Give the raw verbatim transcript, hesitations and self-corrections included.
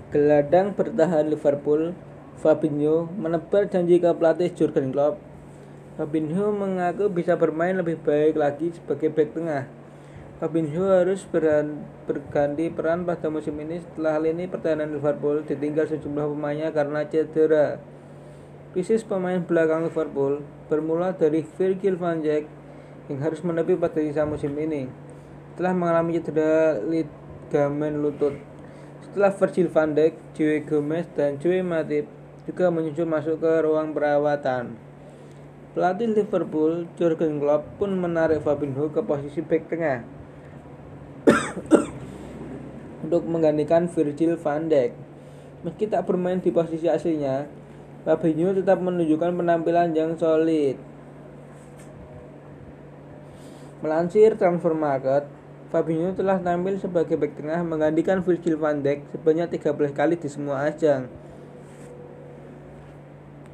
Gelandang bertahan Liverpool, Fabinho menebar janji ke pelatih Jurgen Klopp. Fabinho mengaku bisa bermain lebih baik lagi sebagai bek tengah. Fabinho harus berganti peran pada musim ini setelah lini pertahanan Liverpool ditinggal sejumlah pemainnya karena cedera. Krisis pemain belakang Liverpool bermula dari Virgil van Dijk yang harus menepi pada sisa musim ini setelah mengalami cedera ligamen lutut. Setelah Virgil van Dijk, Joe Gomez dan Joe Matip juga menyusul masuk ke ruang perawatan. Pelatih Liverpool, Jurgen Klopp pun menarik Fabinho ke posisi bek tengah untuk menggantikan Virgil van Dijk. Meski tak bermain di posisi aslinya, Fabinho tetap menunjukkan penampilan yang solid. Melansir Transfermarkt, Fabinho telah tampil sebagai bek tengah menggantikan Virgil van Dijk sebanyak tiga belas kali di semua ajang.